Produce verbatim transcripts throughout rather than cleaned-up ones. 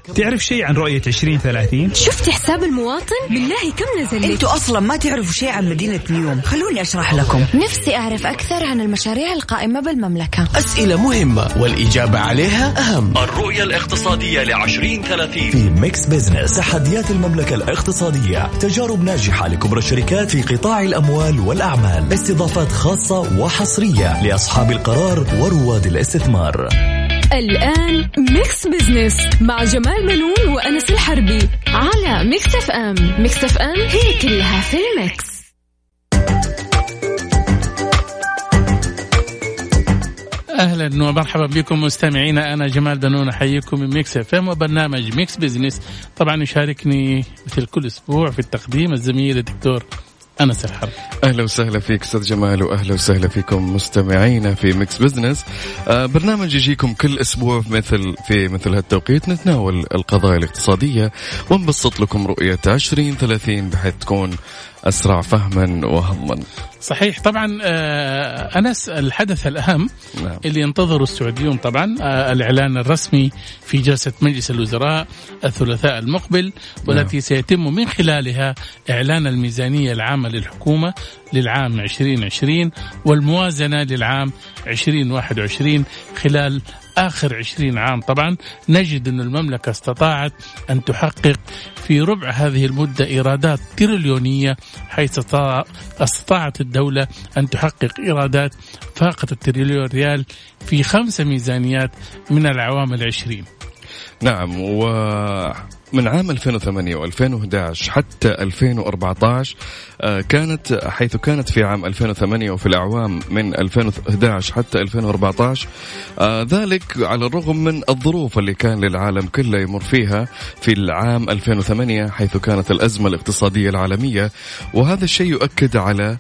تعرف شيء عن رؤية عشرين ثلاثين؟ شفت حساب المواطن؟ بالله كم نزل لك؟ انتوا أصلا ما تعرفوا شيء عن مدينة نيوم، خلوني أشرح لكم. نفسي أعرف أكثر عن المشاريع القائمة بالمملكة. أسئلة مهمة والإجابة عليها أهم. الرؤية الاقتصادية لعشرين ثلاثين في ميكس بيزنس. تحديات المملكة الاقتصادية، تجارب ناجحة لكبرى الشركات في قطاع الأموال والأعمال، استضافات خاصة وحصرية لأصحاب القرار ورواد الاستثمار. الآن ميكس بيزنس مع جمال منون وأنس الحربي على ميكس اف ام. ميكس اف ام هي كلها في الميكس. أهلا ومرحبا بكم مستمعينا، أنا جمال بنون أحييكم من ميكس اف ام وبرنامج ميكس بيزنس. طبعا يشاركني مثل كل أسبوع في التقديم الزميل الدكتور أنس الحرب. أهلا وسهلا فيك أستاذ جمال، وأهلا وسهلا فيكم مستمعينا في ميكس بزنس. آه برنامج يجيكم كل أسبوع في مثل في مثل هالتوقيت، نتناول القضايا الاقتصادية ونبسط لكم رؤية عشرين ثلاثين بحيث تكون أسرع فهما وهضما. صحيح. طبعا آه أنس، الحدث الأهم نعم. اللي ينتظره السعوديون طبعا آه الإعلان الرسمي في جلسة مجلس الوزراء الثلاثاء المقبل، والتي نعم. سيتم من خلالها إعلان الميزانية العامة للحكومة للعام عشرين عشرين والموازنة للعام عشرين واحد وعشرين. خلال آخر عشرين عام طبعا نجد أن المملكة استطاعت أن تحقق في ربع هذه المدة إيرادات تريليونية، حيث استطاعت الدولة أن تحقق إيرادات فاقت التريليون ريال في خمس ميزانيات من العوام العشرين. نعم، ومن عام ألفين وثمانية وألفين وأحد عشر حتى ألفين وأربعة عشر كانت، حيث كانت في عام ألفين وثمانية وفي الأعوام من ألفين وأحد عشر حتى ألفين وأربعة عشر، ذلك على الرغم من الظروف اللي كان للعالم كله يمر فيها في العام ألفين وثمانية، حيث كانت الأزمة الاقتصادية العالمية، وهذا الشيء يؤكد على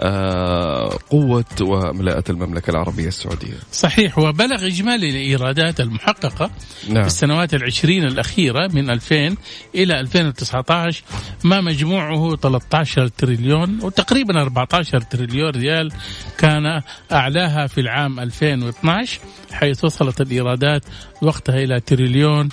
قوة وملاءة المملكة العربية السعودية. صحيح. وبلغ إجمالي الإيرادات المحققة نعم. في السنوات العشرين الأخيرة من ألفين إلى ألفين وتسعة عشر ما مجموعه ثلاثة عشر تريليون وتقريبا أربعة عشر تريليون ريال، كان أعلاها في العام ألفين واثني عشر حيث وصلت الإيرادات وقتها إلى تريليون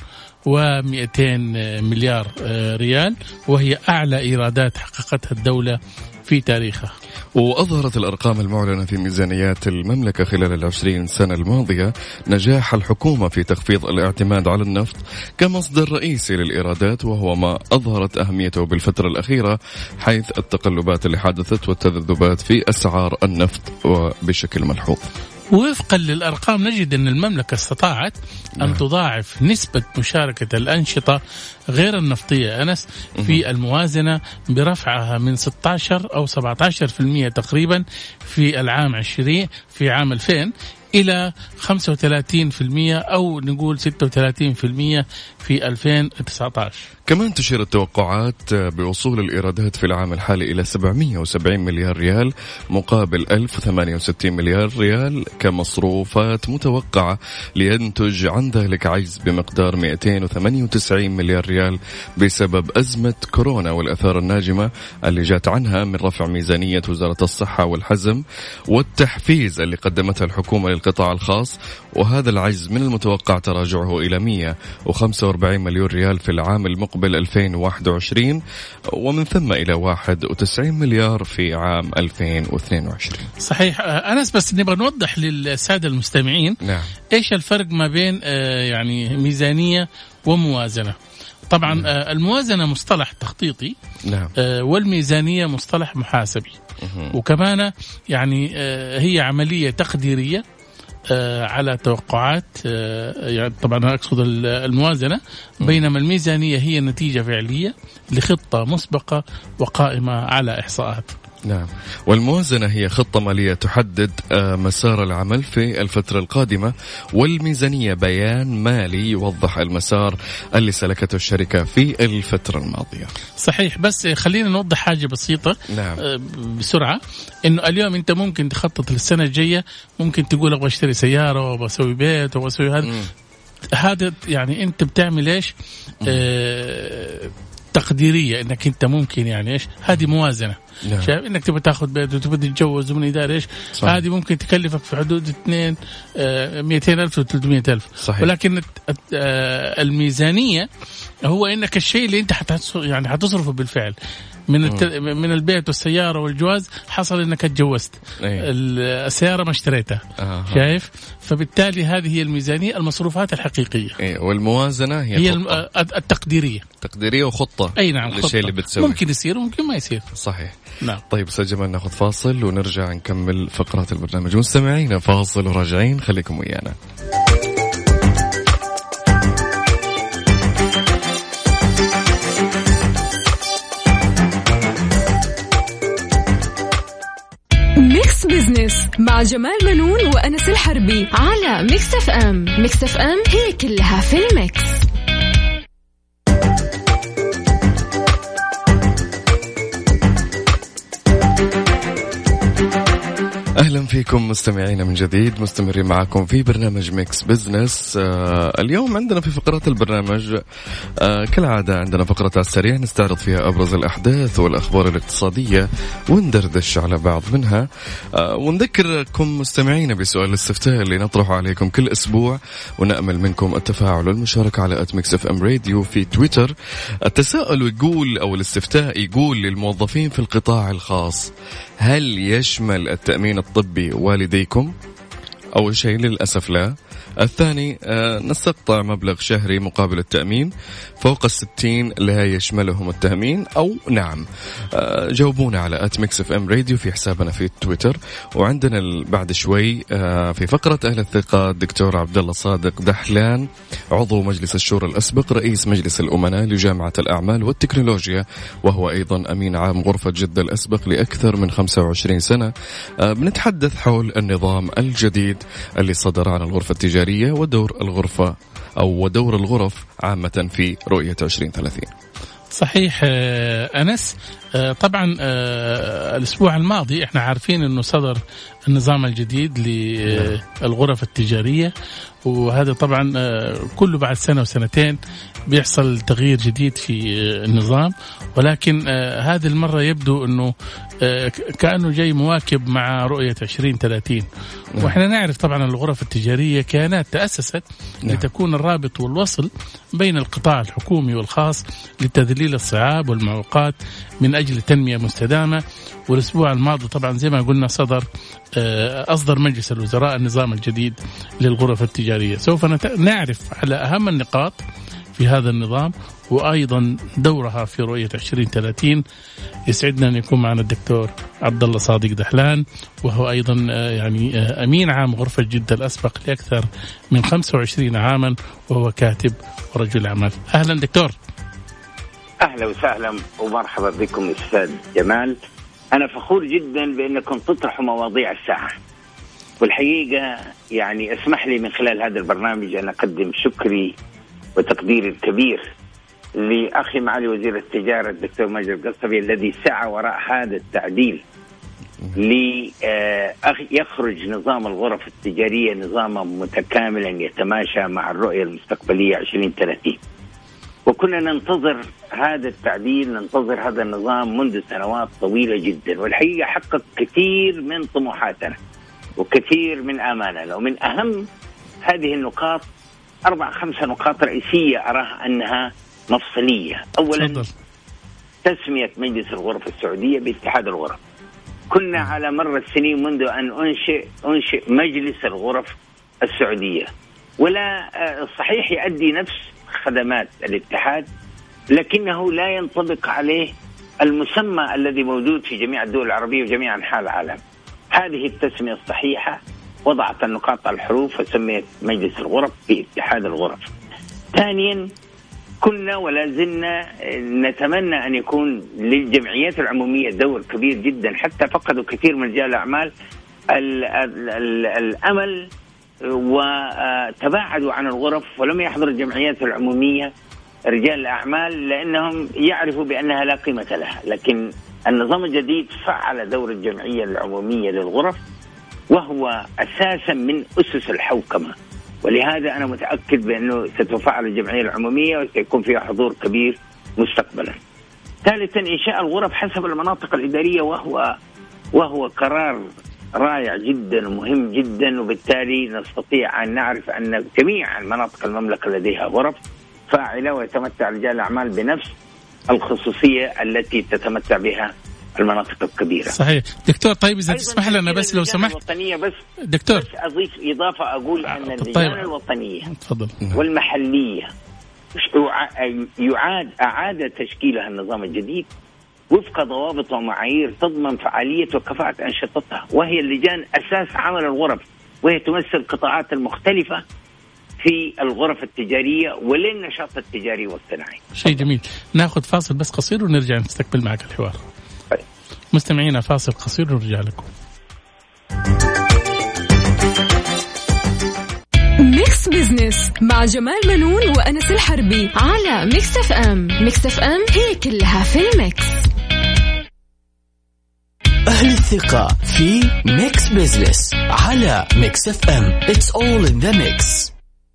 ومئتين مليار ريال، وهي أعلى إيرادات حققتها الدولة في تاريخها. وأظهرت الأرقام المعلنة في ميزانيات المملكة خلال العشرين سنة الماضية نجاح الحكومة في تخفيض الاعتماد على النفط كمصدر رئيسي للإيرادات، وهو ما أظهرت أهميته بالفترة الأخيرة، حيث التقلبات اللي حدثت والتذبذبات في أسعار النفط وبشكل ملحوظ. وفقا للأرقام نجد أن المملكة استطاعت أن تضاعف نسبة مشاركة الأنشطة غير النفطية أنس في الموازنة برفعها من ستة عشر أو سبعة عشر بالمئة تقريبا في العام عشرين في عام ألفين إلى خمسة وثلاثين بالمئة أو نقول ستة وثلاثين بالمئة في ألفين وتسعة عشر. كمان تشير التوقعات بوصول الإيرادات في العام الحالي إلى سبعمئة وسبعين مليار ريال مقابل ألف وثمانية وستين مليار ريال كمصروفات متوقعة، لينتج عن ذلك عجز بمقدار مئتين وثمانية وتسعين مليار ريال بسبب أزمة كورونا والآثار الناجمة اللي جات عنها من رفع ميزانية وزارة الصحة والحزم والتحفيز اللي قدمتها الحكومة للقطاع الخاص، وهذا العجز من المتوقع تراجعه إلى مئة وخمسة وأربعين مليون ريال في العام المقبل ألفين وواحد وعشرين، ومن ثم إلى واحد وتسعين مليار في عام ألفين واثنين وعشرين. صحيح أنس، بس نبغى نوضح للسادة المستمعين نعم. إيش الفرق ما بين يعني ميزانية وموازنة. طبعا نعم. الموازنة مصطلح تخطيطي نعم. والميزانية مصطلح محاسبي، وكمان يعني هي عملية تقديرية على توقعات، يعني طبعا أقصد الموازنة، بينما الميزانية هي نتيجة فعلية لخطة مسبقة وقائمة على إحصاءات. نعم، والموازنة هي خطة مالية تحدد مسار العمل في الفترة القادمة، والميزانية بيان مالي يوضح المسار اللي سلكته الشركة في الفترة الماضية. صحيح، بس خلينا نوضح حاجة بسيطة نعم. بسرعة، إنه اليوم أنت ممكن تخطط للسنة الجاية، ممكن تقول أبغى أشتري سيارة وبسوي بيت وبسوي هذا هذا يعني أنت بتعمل إيش؟ آه تقديرية انك انت ممكن يعني ايش هذه موازنة. نعم. شايف انك تبغى تاخذ بيت وتبغى تتجوز ومن اداري ايش هذه ممكن تكلفك في حدود اثنين مئتين ألف و ثلاثمئة ألف. صحيح. ولكن الميزانية هو انك الشيء اللي انت حتصرف يعني حتصرفه بالفعل من الت... من البيت والسيارة والجواز حصل انك اتجوزت. أيه. السيارة ما اشتريتها. آه. شايف. فبالتالي هذه هي الميزانية المصروفات الحقيقية. أيه. والموازنة هي, هي التقديرية تقديرية وخطة. أي نعم. للشيء اللي بتسوي ممكن يصير وممكن ما يصير. صحيح. نعم. طيب أستاذ جمال ناخذ فاصل ونرجع نكمل فقرات البرنامج. مستمعينا فاصل وراجعين خليكم ويانا. ميكس بزنس مع جمال منون وأنس الحربي على ميكس اف ام. ميكس اف ام هي كلها في الميكس. أهلا فيكم مستمعينا من جديد، مستمرين معكم في برنامج ميكس بزنس. آه اليوم عندنا في فقرات البرنامج آه كالعادة عندنا فقرة على السريع نستعرض فيها أبرز الأحداث والأخبار الاقتصادية وندردش على بعض منها. آه ونذكركم مستمعينا بسؤال الاستفتاء اللي نطرحه عليكم كل أسبوع ونأمل منكم التفاعل والمشاركة على آت ميكس اف ام راديو في تويتر. التساؤل يقول أو الاستفتاء يقول للموظفين في القطاع الخاص هل يشمل التأمين الطبي والديكم؟ أول شيء للأسف لا. الثاني آه نستقطع مبلغ شهري مقابل التأمين فوق الستين لا يشملهم التأمين أو نعم. آه جاوبونا على آت ميكس اف ام راديو في حسابنا في تويتر. وعندنا بعد شوي آه في فقرة أهل الثقة الدكتور عبد الله صادق دحلان عضو مجلس الشورى الأسبق رئيس مجلس الأمناء لجامعة الأعمال والتكنولوجيا وهو أيضا أمين عام غرفة جدة الأسبق لأكثر من خمسة وعشرين سنة. آه بنتحدث حول النظام الجديد اللي صدر عن الغرفة التجارية ودور الغرفة أو ودور الغرف عامة في رؤية عشرين ثلاثين. صحيح أنس. طبعا الأسبوع الماضي احنا عارفين أنه صدر النظام الجديد للغرف التجارية وهذا طبعا كله بعد سنة وسنتين بيحصل تغيير جديد في النظام ولكن هذه المرة يبدو أنه كأنه جاي مواكب مع رؤية عشرين ثلاثين. وإحنا نعرف طبعا الغرف التجارية كانت تأسست لتكون الرابط والوصل بين القطاع الحكومي والخاص لتذليل الصعاب والمعوقات من أجل تنمية مستدامة. والأسبوع الماضي طبعا زي ما قلنا صدر أصدر مجلس الوزراء النظام الجديد للغرف التجارية. سوف نعرف على أهم النقاط في هذا النظام وأيضا دورها في رؤية عشرين ثلاثين. يسعدنا أن يكون معنا الدكتور عبد الله صادق دحلان وهو أيضا يعني أمين عام غرفة جدة الأسبق لأكثر من خمسة وعشرين عاما وهو كاتب ورجل أعمال. أهلا دكتور. أهلا وسهلا ومرحبا بكم أستاذ جمال. أنا فخور جدا بأنكم تطرحوا مواضيع الساعة والحقيقة يعني اسمح لي من خلال هذا البرنامج أن أقدم شكري وتقديري الكبير لأخي معالي وزير التجارة الدكتور ماجد القصبي الذي سعى وراء هذا التعديل ليخرج نظام الغرف التجارية نظاما متكاملا يتماشى مع الرؤية المستقبلية عشرين ثلاثين. وكنا ننتظر هذا التعديل ننتظر هذا النظام منذ سنوات طويلة جدا والحقيقة حقق كثير من طموحاتنا وكثير من آمالنا. ومن أهم هذه النقاط أربع خمسة نقاط رئيسية أراها أنها مفصلية. أولا صدر. تسمية مجلس الغرف السعودية باتحاد الغرف. كنا على مر السنين منذ أن أنشئ أنشئ مجلس الغرف السعودية ولا صحيح يؤدي نفس خدمات الاتحاد لكنه لا ينطبق عليه المسمى الذي موجود في جميع الدول العربية وجميع أنحاء العالم. هذه التسمية الصحيحة وضعت النقاط على الحروف وسميت مجلس الغرف باتحاد الغرف. ثانيا كنا ولا زلنا نتمنى أن يكون للجمعيات العمومية دور كبير جدا حتى فقدوا كثير من رجال الأعمال الأمل وتباعدوا عن الغرف ولم يحضر الجمعيات العمومية رجال الأعمال لأنهم يعرفوا بأنها لا قيمة لها. لكن النظام الجديد فعل دور الجمعية العمومية للغرف وهو أساسا من أسس الحوكمة ولهذا أنا متأكد بأنه ستفعل الجمعية العمومية وسيكون فيها حضور كبير مستقبلا. ثالثا إنشاء الغرف حسب المناطق الإدارية، وهو وهو قرار رائع جدا ومهم جدا، وبالتالي نستطيع أن نعرف أن جميع المناطق المملكة لديها غرف فاعلة، ويتمتع رجال الأعمال بنفس الخصوصية التي تتمتع بها المناطق الكبيرة. صحيح دكتور. طيب إذا تسمح لنا بس لو سمحت بس دكتور بس أضيف إضافة أقول أن اللجان طيب. الوطنية تفضل. والمحلية يعاد أعاد تشكيلها النظام الجديد وفق ضوابط ومعايير تضمن فعالية وكفاءة أنشطتها، وهي اللجان أساس عمل الغرف، وهي تمثل القطاعات المختلفة في الغرف التجارية وللنشاط التجاري والصناعي. شيء جميل. ناخذ فاصل بس قصير ونرجع نستكمل معك الحوار. طيب. مستمعينا فاصل قصير ونرجع لكم. ميكس بزنس مع جمال منون وأنس الحربي على ميكس اف ام. ميكس اف ام هي كلها في الميكس. أهل الثقة في ميكس بزنس على ميكس اف ام. It's all in the mix.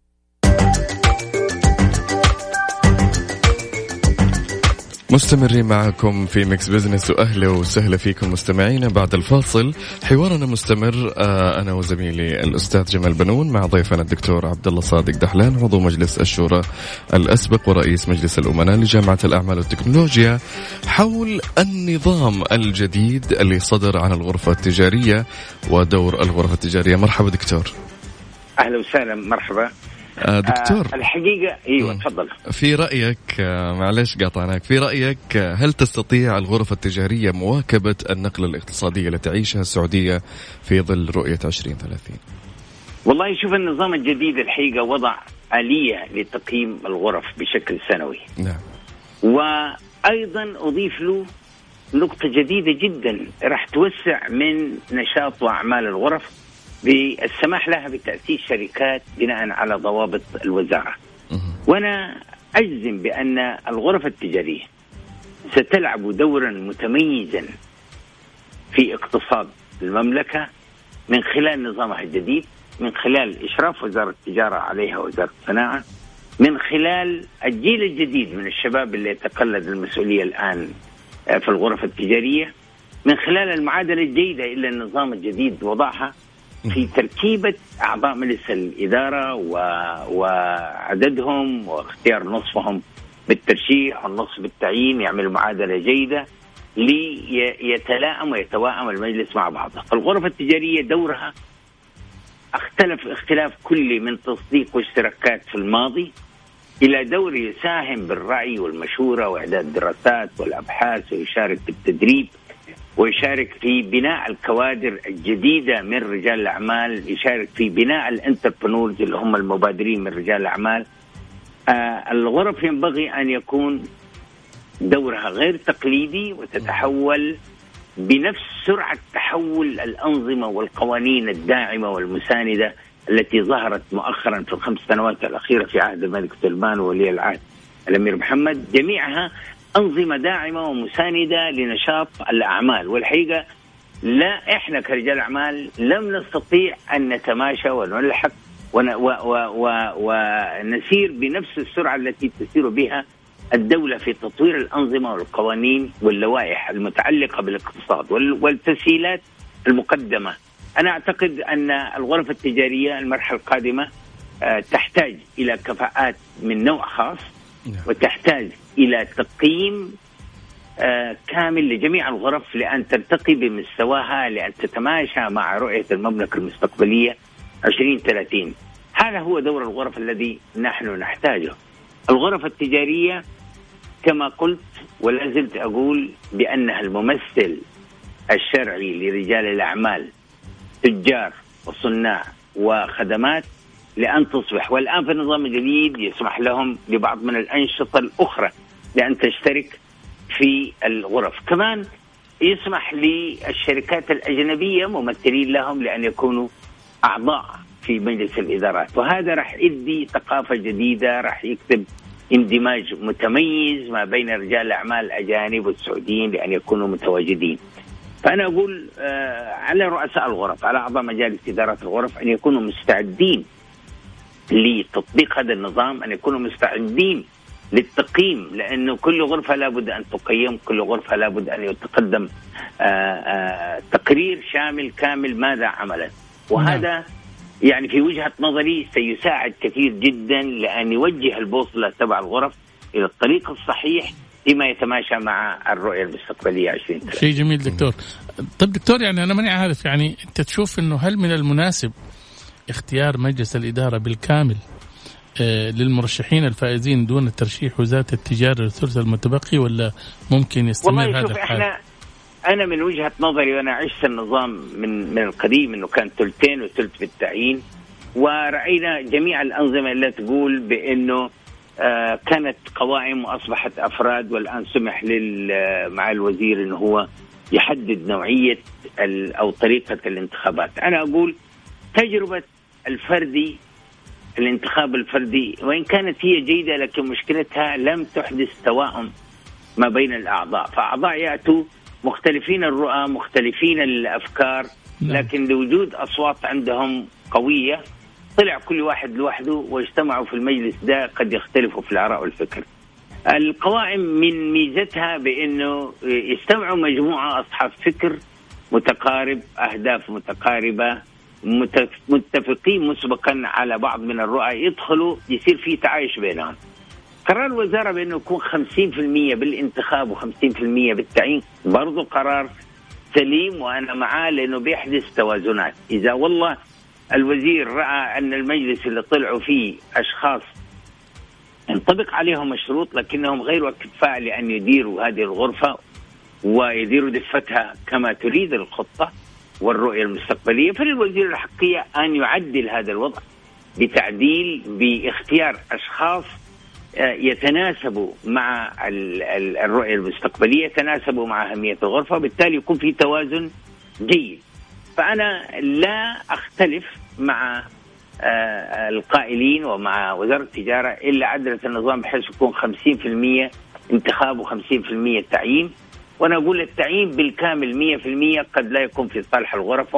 مستمرين معكم في ميكس بزنس، وأهلا وسهلا فيكم مستمعينا. بعد الفاصل حوارنا مستمر، آه أنا وزميلي الأستاذ جمال بنون مع ضيفنا الدكتور عبد الله صادق دحلان، عضو مجلس الشورى الأسبق ورئيس مجلس الأمناء لجامعة الأعمال والتكنولوجيا، حول النظام الجديد اللي صدر عن الغرفة التجارية ودور الغرفة التجارية. مرحبا دكتور. أهلا وسهلا. مرحبا آه دكتور. آه الحقيقة أيوة تفضل. في رأيك، آه معلش قاطعناك، في رأيك آه هل تستطيع الغرفة التجارية مواكبة النقلة الاقتصادية التي تعيشها السعودية في ظل رؤية عشرين ثلاثين؟ والله شوف، النظام الجديد الحقيقة وضع آلية لتقييم الغرف بشكل سنوي. نعم. وأيضا أضيف له نقطة جديدة جدا راح توسع من نشاط وأعمال الغرف بالسماح لها بتأسيس شركات بناء على ضوابط الوزارة. وأنا أجزم بأن الغرف التجارية ستلعب دورا متميزا في اقتصاد المملكة من خلال نظامها الجديد، من خلال إشراف وزارة التجارة عليها وزارة الصناعة، من خلال الجيل الجديد من الشباب اللي يتقلد المسؤولية الآن في الغرف التجارية، من خلال المعادلة الجيدة إلى النظام الجديد وضعها في تركيبة أعضاء مجلس الإدارة و... وعددهم واختيار نصفهم بالترشيح والنصف بالتعيين، يعمل معادلة جيدة ليتلائم ويتواءم المجلس مع بعضه. الغرفة التجارية دورها اختلف اختلاف كلي من تصديق واشتراكات في الماضي إلى دور يساهم بالرأي والمشورة وإعداد الدراسات والأبحاث، ويشارك بالتدريب، ويشارك في بناء الكوادر الجديدة من رجال الأعمال، يشارك في بناء الانتربرنورز اللي هم المبادرين من رجال الأعمال. آه الغرف ينبغي أن يكون دورها غير تقليدي وتتحول بنفس سرعة تحول الأنظمة والقوانين الداعمة والمساندة التي ظهرت مؤخرا في الخمس سنوات الأخيرة في عهد الملك سلمان وولي العهد الأمير محمد. جميعها أنظمة داعمة ومساندة لنشاط الأعمال. والحقيقة لا إحنا كرجال أعمال لم نستطيع أن نتماشى ونلحق ونسير بنفس السرعة التي تسير بها الدولة في تطوير الأنظمة والقوانين واللوائح المتعلقة بالاقتصاد والتسهيلات المقدمة. أنا أعتقد أن الغرف التجارية المرحلة القادمة تحتاج إلى كفاءات من نوع خاص، وتحتاج إلى تقييم كامل لجميع الغرف لأن ترتقي بمستواها، لأن تتماشى مع رؤية المملكة المستقبلية عشرين ثلاثين. هذا هو دور الغرف الذي نحن نحتاجه. الغرف التجارية كما قلت ولا زلت أقول بأنها الممثل الشرعي لرجال الأعمال، تجار وصناع وخدمات، لأن تصبح، والآن في النظام الجديد يسمح لهم ببعض من الأنشطة الأخرى لأن تشترك في الغرف. كمان يسمح للشركات الأجنبية ممثلين لهم لأن يكونوا أعضاء في مجلس الإدارات، وهذا راح يدي ثقافة جديدة، راح يكتب اندماج متميز ما بين رجال الأعمال الأجانب والسعوديين لأن يكونوا متواجدين. فأنا أقول آه على رؤساء الغرف، على أعضاء مجالس إدارة الغرف أن يكونوا مستعدين لتطبيق هذا النظام، أن يكونوا مستعدين للتقييم، لأنه كل غرفة لابد أن تقيم، كل غرفة لابد أن يتقدم آآ آآ تقرير شامل كامل ماذا عملت. وهذا يعني في وجهة نظري سيساعد كثير جدا لأن يوجه البوصلة تبع الغرف إلى الطريق الصحيح فيما يتماشى مع الرؤية المستقبلية عشرين ثلاثين. شيء جميل دكتور. طب دكتور، يعني أنا ماني عارف، يعني أنت تشوف إنه هل من المناسب اختيار مجلس الإدارة بالكامل للمرشحين الفائزين دون ترشيح وزارة التجارة للثلث المتبقي، ولا ممكن يستمر هذا الحال؟ احنا أنا من وجهة نظري، وأنا عشت النظام من من القديم إنه كان ثلثين وثلث بالتعيين، ورأينا جميع الأنظمة اللي تقول بأنه آه كانت قوائم وأصبحت أفراد، والآن سمح لل مع الوزير إنه هو يحدد نوعية أو طريقة الانتخابات. أنا أقول تجربة الفردي، الانتخاب الفردي وإن كانت هي جيدة لكن مشكلتها لم تحدث توائم ما بين الأعضاء، فأعضاء يأتوا مختلفين الرؤى مختلفين الأفكار، لكن لوجود أصوات عندهم قوية طلع كل واحد لوحده واجتمعوا في المجلس ده قد يختلفوا في الآراء والفكر. القوائم من ميزتها بأنه يجتمعوا مجموعة أصحاب فكر متقارب، أهداف متقاربة، متفقين مسبقا على بعض من الرؤى، يدخلوا يصير في تعايش بينهم. قرار الوزارة بأنه يكون خمسين بالمئة بالانتخاب وخمسين بالمئة بالتعيين برضو قرار سليم وأنا معاه، لأنه بيحدث توازنات. إذا والله الوزير رأى أن المجلس اللي طلعوا فيه أشخاص ينطبق عليهم الشروط لكنهم غير كفاء لأن يديروا هذه الغرفة ويديروا دفتها كما تريد الخطة والرؤية المستقبلية، فللوزير الحقيقة أن يعدل هذا الوضع بتعديل باختيار أشخاص يتناسبوا مع الرؤية المستقبلية، يتناسبوا مع أهمية الغرفة، وبالتالي يكون في توازن جيد. فأنا لا أختلف مع القائلين ومع وزارة التجارة إلا عدلت النظام بحيث يكون خمسين بالمئة انتخاب وخمسين بالمئة تعيين. وأنا أقول التعيين بالكامل مئة بالمئة قد لا يكون في صالح الغرف،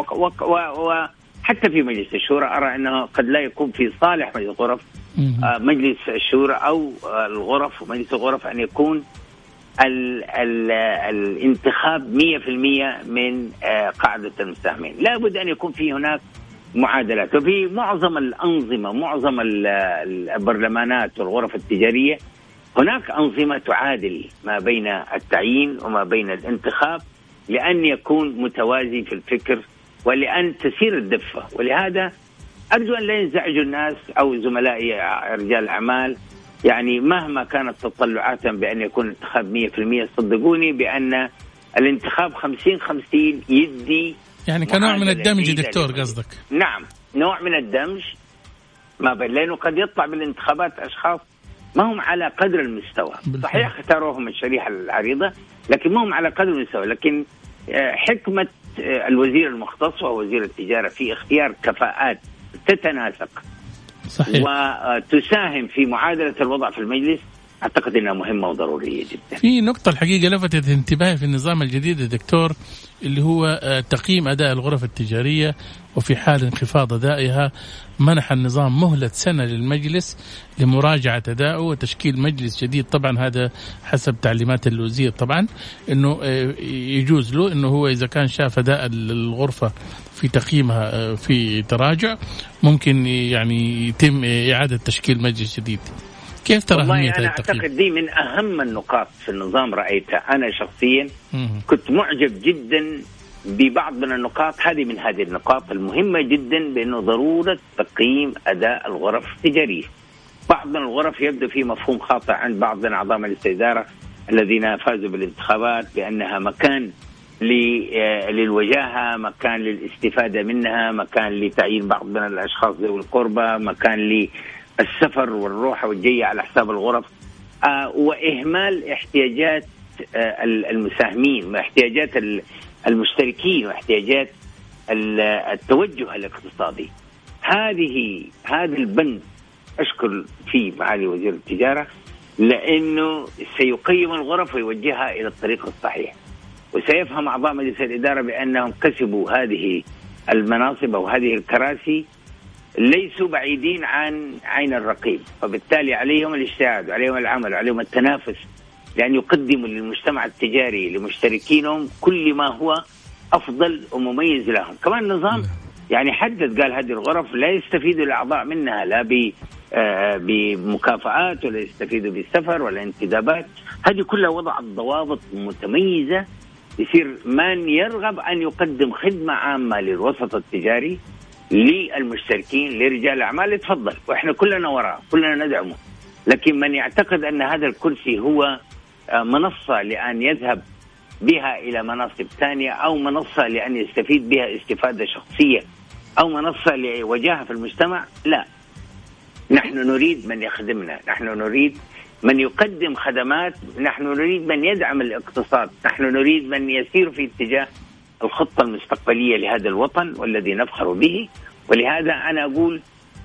وحتى في مجلس الشورى أرى أنه قد لا يكون في صالح مجلس الغرف مجلس الشورى أو الغرف ومجلس الغرف أن يكون ال ال الانتخاب مئة بالمئة من قاعدة المساهمين. لا بد أن يكون في هناك معادلات، وفي معظم الأنظمة معظم البرلمانات والغرف التجارية هناك أنظمة تعادل ما بين التعيين وما بين الانتخاب لأن يكون متوازي في الفكر ولأن تسير الدفة. ولهذا أرجو أن لا ينزعجوا الناس أو زملائي رجال الأعمال، يعني مهما كانت تطلعات بأن يكون الانتخاب مئة بالمئة صدقوني بأن الانتخاب خمسين خمسين يدي يعني كنوع من الدمج. دكتور قصدك؟ نعم، نوع من الدمج ما بين، لأنه قد يطلع بالانتخابات أشخاص ما هم على قدر المستوى. صحيح اختاروهم الشريحة العريضة لكن ما هم على قدر المستوى. لكن حكمة الوزير المختص ووزير التجارة في اختيار كفاءات تتناسق صحيح وتساهم في معادلة الوضع في المجلس أعتقد أنها مهمة وضرورية جدا. في نقطة الحقيقة لفتت انتباهي في النظام الجديد يا دكتور، اللي هو تقييم أداء الغرف التجارية، وفي حال انخفاض أدائها منح النظام مهلة سنة للمجلس لمراجعة أدائه وتشكيل مجلس جديد. طبعا هذا حسب تعليمات الوزير، طبعا أنه يجوز له أنه هو إذا كان شاف أداء الغرفة في تقييمها في تراجع ممكن يعني يتم إعادة تشكيل مجلس جديد. كيف ترى أهمية أنا التقييم؟ أعتقد دي من أهم النقاط في النظام رأيتها. أنا شخصيا كنت معجب جدا ببعض من النقاط هذه، من هذه النقاط المهمة جدا بأنه ضرورة تقييم أداء الغرف التجارية. بعض من الغرف يبدو في مفهوم خاطئ عند بعض من أعضاء مجلس الإدارة الذين فازوا بالانتخابات بأنها مكان للوجاهة، مكان للاستفادة منها، مكان لتعيين بعض من الأشخاص ذوي القربى، مكان للسفر والروحة والجية على حساب الغرف، آه وإهمال احتياجات آه المساهمين واحتياجات المشتركين واحتياجات التوجه الاقتصادي. هذه هذا البند أشكر فيه معالي وزير التجارة لأنه سيقيم الغرف ويوجهها إلى الطريق الصحيح، وسيفهم أعضاء مجلس الإدارة بأنهم كسبوا هذه المناصب أو هذه الكراسي ليسوا بعيدين عن عين الرقيب، فبالتالي عليهم الاجتهاد وعليهم العمل وعليهم التنافس لأن يقدموا للمجتمع التجاري لمشتركينهم كل ما هو أفضل ومميز لهم. كمان النظام يعني حدد قال هذه الغرف لا يستفيد الأعضاء منها لا بمكافآت ولا يستفيدوا بالسفر ولا انتدابات، هذه كلها وضعت ضوابط متميزة يصير من يرغب أن يقدم خدمة عامة للوسط التجاري للمشتركين لرجال الأعمال يتفضل، وإحنا كلنا وراء كلنا ندعمه. لكن من يعتقد أن هذا الكرسي هو منصة لأن يذهب بها إلى مناصب ثانية أو منصة لأن يستفيد بها استفادة شخصية أو منصة لوجاهة في المجتمع، لا، نحن نريد من يخدمنا، نحن نريد من يقدم خدمات، نحن نريد من يدعم الاقتصاد، نحن نريد من يسير في اتجاه الخطة المستقبلية لهذا الوطن والذي نفخر به. ولهذا أنا أقول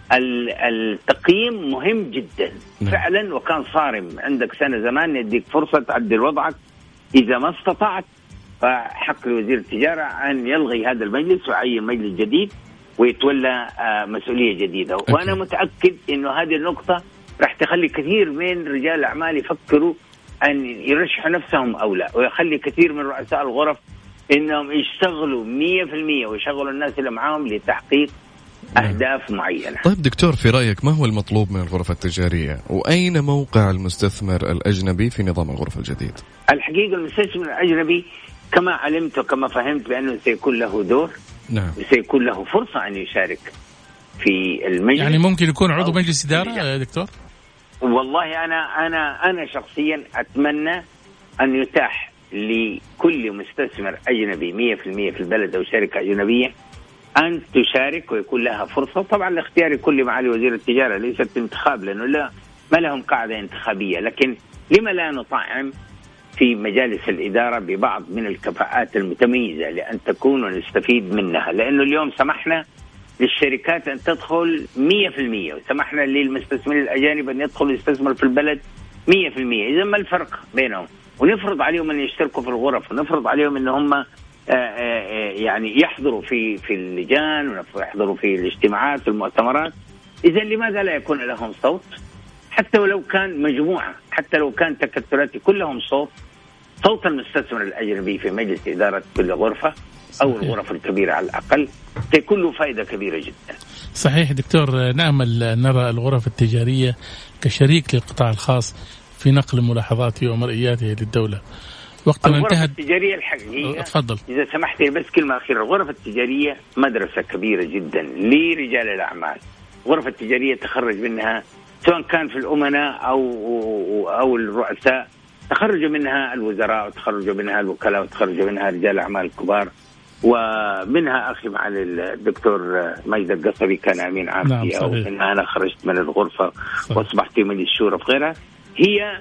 التقييم مهم جدا فعلا، وكان صارم. عندك سنة زمان يديك فرصة تعدل وضعك، إذا ما استطعت فحق لوزير التجارة أن يلغي هذا المجلس ويعين مجلس جديد ويتولى مسؤولية جديدة. وأنا متأكد إنه هذه النقطة راح تخلي كثير من رجال الأعمال يفكروا أن يرشحوا نفسهم أو لا، ويخلي كثير من رؤساء الغرف إنهم يشتغلوا مية في المية ويشغلوا الناس اللي معاهم لتحقيق أهداف معينة. طيب دكتور، في رأيك ما هو المطلوب من الغرف التجارية، وأين موقع المستثمر الأجنبي في نظام الغرف الجديد؟ الحقيقة المستثمر الأجنبي كما علمت وكما فهمت بأنه سيكون له دور، نعم، سيكون له فرصة أن يشارك في المجلس. يعني ممكن يكون عضو مجلس إدارة يا دكتور؟ والله أنا أنا أنا شخصيا أتمنى أن يتاح لكل مستثمر أجنبي مية في المية في البلد أو شركة أجنبية أن تشارك ويكون لها فرصة. طبعا الاختيار يكون لمعالي وزير التجارة، ليست انتخاب لأنه لا ما لهم قاعدة انتخابية، لكن لما لا نطعم في مجالس الإدارة ببعض من الكفاءات المتميزة لأن تكون ونستفيد منها. لأنه اليوم سمحنا للشركات أن تدخل مية في المية وسمحنا للمستثمرين الأجانب أن يدخلوا يستثمروا في البلد مية في المية. إذا ما الفرق بينهم؟ ونفرض عليهم أن يشتركوا في الغرف، ونفرض عليهم أن هم يعني يحضروا في في اللجان ويحضروا في الاجتماعات والمؤتمرات. إذا لماذا لا يكون لهم صوت؟ حتى ولو كان مجموعة، حتى لو كان تكتلات يكون لهم صوت، صوت المستثمر الأجنبي في مجلس إدارة كل غرفة أو الغرف الكبيرة على الأقل تكون له فائدة كبيرة جدا. صحيح دكتور، نأمل نرى الغرف التجارية كشريك للقطاع الخاص في نقل ملاحظاته ومرئياته للدولة. وقتنا الغرف انتهت. التجارية الحقيقية، اتفضل إذا سمحت لي بس كلمة أخيرة. الغرف التجارية مدرسة كبيرة جدا لرجال الأعمال. الغرفة التجارية تخرج منها سواء كان في الأمناء أو أو الرؤساء، تخرج منها الوزراء وتخرج منها الوكلاء وتخرج منها رجال الأعمال الكبار، ومنها أخي معالي الدكتور مجد القصبي كان أمين عام فيها، أو إن أنا خرجت من الغرفة صحيح. وأصبحت في مجلس الشورى في غيرها. هي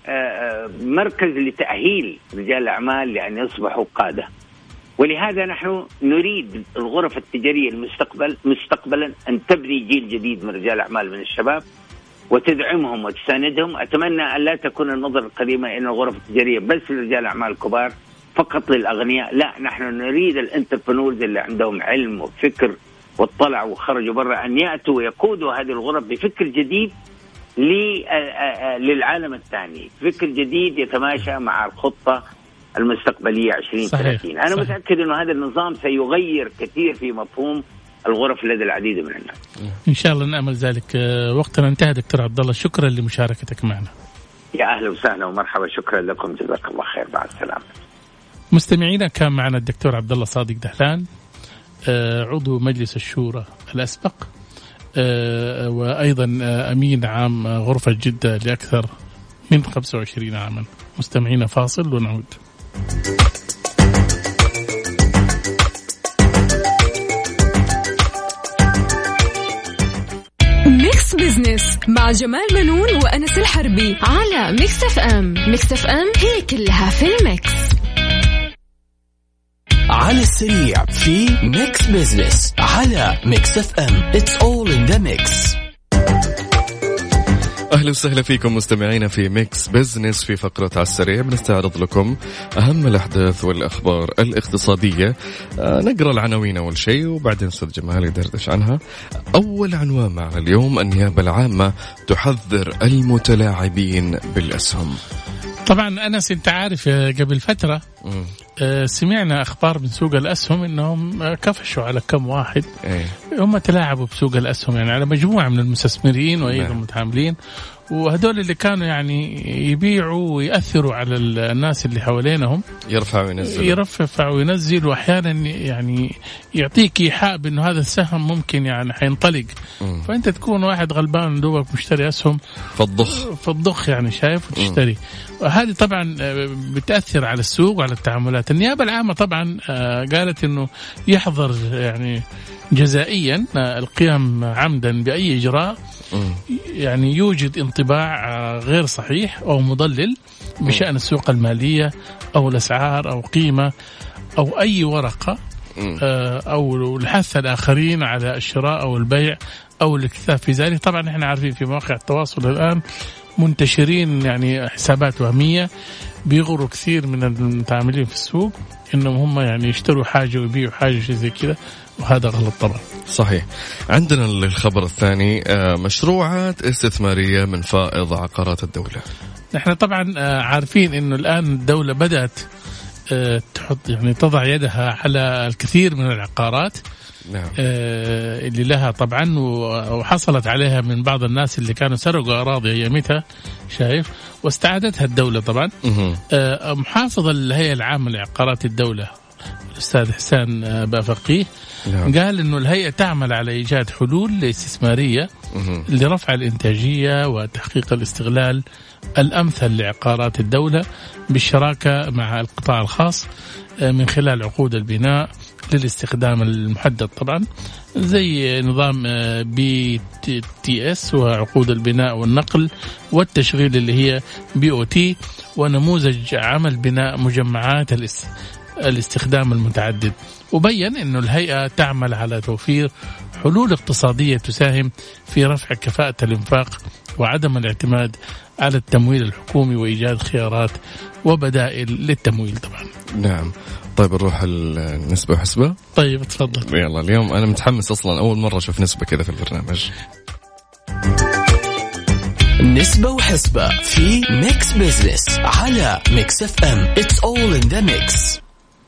مركز لتأهيل رجال الأعمال لأن يصبحوا قادة. ولهذا نحن نريد الغرف التجارية المستقبل مستقبلا أن تبني جيل جديد من رجال الأعمال من الشباب وتدعمهم وتساندهم. أتمنى أن لا تكون النظرة القديمة أن الغرف التجارية بس لرجال أعمال كبار فقط للأغنياء، لا، نحن نريد الانتربرنورز اللي عندهم علم وفكر واطلعوا وخرجوا برا أن يأتوا ويقودوا هذه الغرف بفكر جديد للعالم الثاني، فكر جديد يتماشى مع الخطة المستقبلية عشرين ثلاثين. أنا صحيح. متأكد أن هذا النظام سيغير كثير في مفهوم الغرف لدى العديد من الناس. إن شاء الله نأمل ذلك. وقتنا انتهى دكتور عبد الله، شكرا لمشاركتك معنا. يا أهلا وسهلا ومرحبا، شكرا لكم، جزاك الله خير، مع السلامة. مستمعينا، كان معنا الدكتور عبد الله صادق دهلان عضو مجلس الشورى الأسبق وأيضا أمين عام غرفة جدة لأكثر من خمسة وعشرين عاما. مستمعينا فاصل ونعود. ميكس بزنس مع جمال منون وأنس الحربي على ميكس اف ام. ميكس اف ام هي كلها في الميكس. على السريع في ميكس بزنس على ميكس اف ام. It's all in the mix. أهلا وسهلا فيكم مستمعينا في ميكس بزنس. في فقرة على السريع بنستعرض لكم أهم الأحداث والأخبار الاقتصادية. آه نقرأ العناوين أول شيء وبعدين أستاذ جمال يدردش عنها. أول عنوان معنا اليوم: النيابة العامة تحذر المتلاعبين بالأسهم. طبعا أنس أنت عارف قبل فترة آه سمعنا أخبار من سوق الأسهم إنهم كفشوا على كم واحد أيه. هم تلاعبوا بسوق الأسهم، يعني على مجموعة من المستثمرين وأيضا المتعاملين، وهدول اللي كانوا يعني يبيعوا ويأثروا على الناس اللي حوالينهم، يرفع وينزل يرفع وينزل، وأحيانا يعني يعطيك إيحاء بأنه هذا السهم ممكن يعني حينطلق، م. فأنت تكون واحد غلبان دوبك مشتري أسهم فالضخ فالضخ يعني شايف وتشتري. وهذه طبعا بتأثر على السوق وعلى التعاملات. النيابة العامة طبعا قالت إنه يحظر يعني جزائيا القيام عمدا بأي إجراء يعني يوجد انطباع غير صحيح أو مضلل بشأن السوق المالية أو الأسعار أو قيمة أو أي ورقة، أو الحث الآخرين على الشراء أو البيع أو الاكتفاء في ذلك. طبعا احنا عارفين في مواقع التواصل الآن منتشرين يعني حسابات وهمية بيغروا كثير من المتعاملين في السوق إنهم هم يعني يشتروا حاجة ويبيعوا حاجة شيء زي كذا، وهذا غلط طبعا. صحيح. عندنا الخبر الثاني: مشروعات استثمارية من فائض عقارات الدولة. نحن طبعا عارفين إنه الآن الدولة بدأت تحط يعني تضع يدها على الكثير من العقارات نعم. اللي لها طبعا وحصلت عليها من بعض الناس اللي كانوا سرقوا أراضي أيامتها شايف، واستعادتها الدولة طبعا. محافظ الهيئة العامة لعقارات الدولة الأستاذ حسان بافقيه نعم. قال إنه الهيئة تعمل على إيجاد حلول استثمارية لرفع الإنتاجية وتحقيق الاستغلال الأمثل لعقارات الدولة بالشراكة مع القطاع الخاص من خلال عقود البناء للاستخدام المحدد طبعا، زي نظام بي تي اس وعقود البناء والنقل والتشغيل اللي هي بي او تي، ونموذج عمل بناء مجمعات الاستخدام المتعدد. وبين أنه الهيئة تعمل على توفير حلول اقتصادية تساهم في رفع كفاءة الإنفاق وعدم الاعتماد على التمويل الحكومي وإيجاد خيارات وبدائل للتمويل طبعا. نعم. طيب نروح النسبة وحسبة. طيب تفضل. يلا اليوم أنا متحمس أصلا، أول مرة أشوف نسبة كذا في البرنامج. نسبة وحسبة في ميكس بيزنس على ميكس اف ام. It's all in the mix.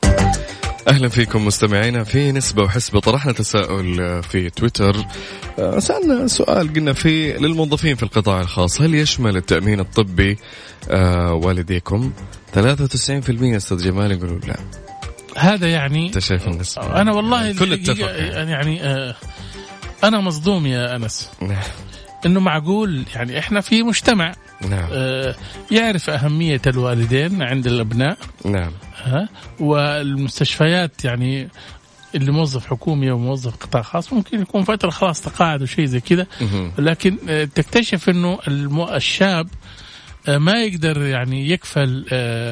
أهلا فيكم مستمعينا في نسبة وحسبة. طرحنا تساؤل في تويتر، سألنا سؤال قلنا فيه للموظفين في القطاع الخاص: هل يشمل التأمين الطبي آه والديكم؟ ثلاثة وتسعين بالمئة أستاذ جمال يقولوا لا. هذا يعني أنت شايف النسبة؟ أنا والله كل اتفق يعني, يعني آه أنا مصدوم يا أنس إنه معقول يعني إحنا في مجتمع نعم. آه يعرف أهمية الوالدين عند الأبناء نعم. ها، والمستشفيات يعني اللي موظف حكومي وموظف قطاع خاص ممكن يكون فترة خلاص تقاعد وشيء زي كده، لكن تكتشف إنه الشاب ما يقدر يعني يكفل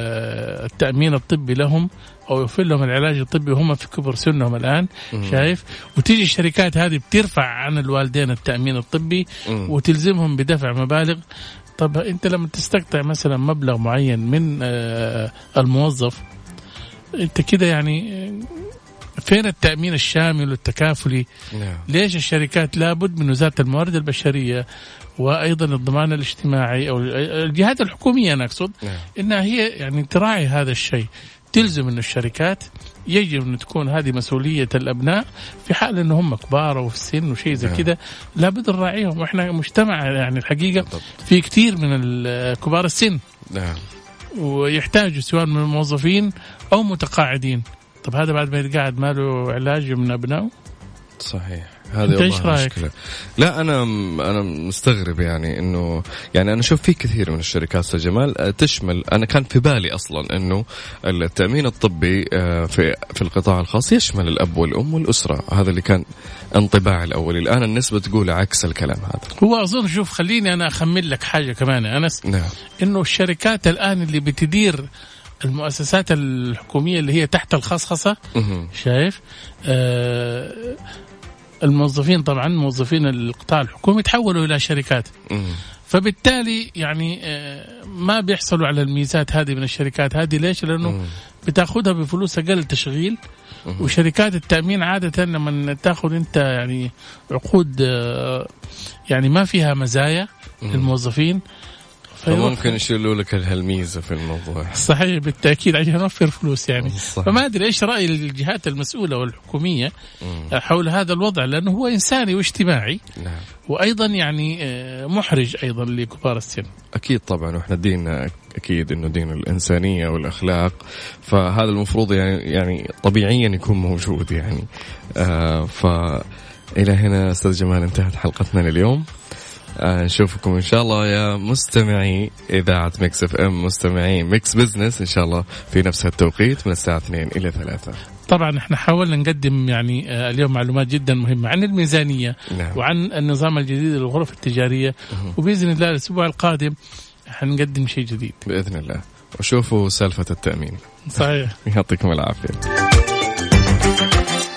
التأمين الطبي لهم أو يوفر لهم العلاج الطبي وهم في كبر سنهم الآن شايف، وتيجي الشركات هذه بترفع عن الوالدين التأمين الطبي وتلزمهم بدفع مبالغ. طب أنت لما تستقطع مثلا مبلغ معين من الموظف أنت كده يعني فين التأمين الشامل والتكافلي؟ نعم. ليش الشركات لابد من وزارة الموارد البشرية وأيضا الضمان الاجتماعي أو الجهات الحكومية أنا أقصد نعم. إنها هي يعني تراعي هذا الشيء، تلزم إن الشركات يجب أن تكون هذه مسؤولية الأبناء في حال أنهم كبار وفي السن وشيء زي كده لابد نراعيهم. وإحنا مجتمع يعني الحقيقة في كثير من كبار السن نعم. ويحتاجوا سواء من الموظفين أو متقاعدين. طب هذا بعد ما يتقاعد ما له علاج من أبنائه؟ صحيح. هذه والله مشكلة. لا أنا أنا مستغرب يعني إنه يعني أنا أشوف في كثير من الشركات أستاذ جمال تشمل، أنا كان في بالي أصلا إنه التأمين الطبي في في القطاع الخاص يشمل الأب والأم والأسرة، هذا اللي كان انطباع الأول. الآن النسبة تقول عكس الكلام هذا. هو أظن شوف خليني أنا أخمن لك حاجة كمان يا أنس. نعم. إنه الشركات الآن اللي بتدير المؤسسات الحكومية اللي هي تحت الخصخصة شايف آه الموظفين طبعا موظفين القطاع الحكومي تحولوا إلى شركات، فبالتالي يعني ما بيحصلوا على الميزات هذه من الشركات هذه. ليش؟ لأنه بتاخدها بفلوس أقل تشغيل، وشركات التأمين عادة لما تاخد أنت يعني عقود يعني ما فيها مزايا للموظفين فممكن يشيلوا لك هالميزة في الموضوع. صحيح بالتأكيد عشان نوفر فلوس يعني. صحيح. فما أدري إيش رأي الجهات المسؤولة والحكومية مم. حول هذا الوضع، لأنه هو إنساني واجتماعي. نعم. وأيضا يعني محرج أيضا لكبار السن. أكيد طبعا، وإحنا ديننا أكيد إنه دين الإنسانية والأخلاق، فهذا المفروض يعني يعني طبيعيا يكون موجود يعني. آه فإلى هنا أستاذ جمال انتهت حلقتنا اليوم. آه نشوفكم إن شاء الله يا مستمعي إذاعة ميكس اف ام، مستمعي ميكس بزنس إن شاء الله في نفس التوقيت من الساعة اثنين إلى ثلاثة. طبعا احنا حاولنا نقدم يعني آه اليوم معلومات جدا مهمة عن الميزانية. نعم. وعن النظام الجديد للغرف التجارية. مه. وبإذن الله الأسبوع القادم حنقدم شيء جديد بإذن الله. وشوفوا سالفة التأمين. صحيح. يعطيكم العافية.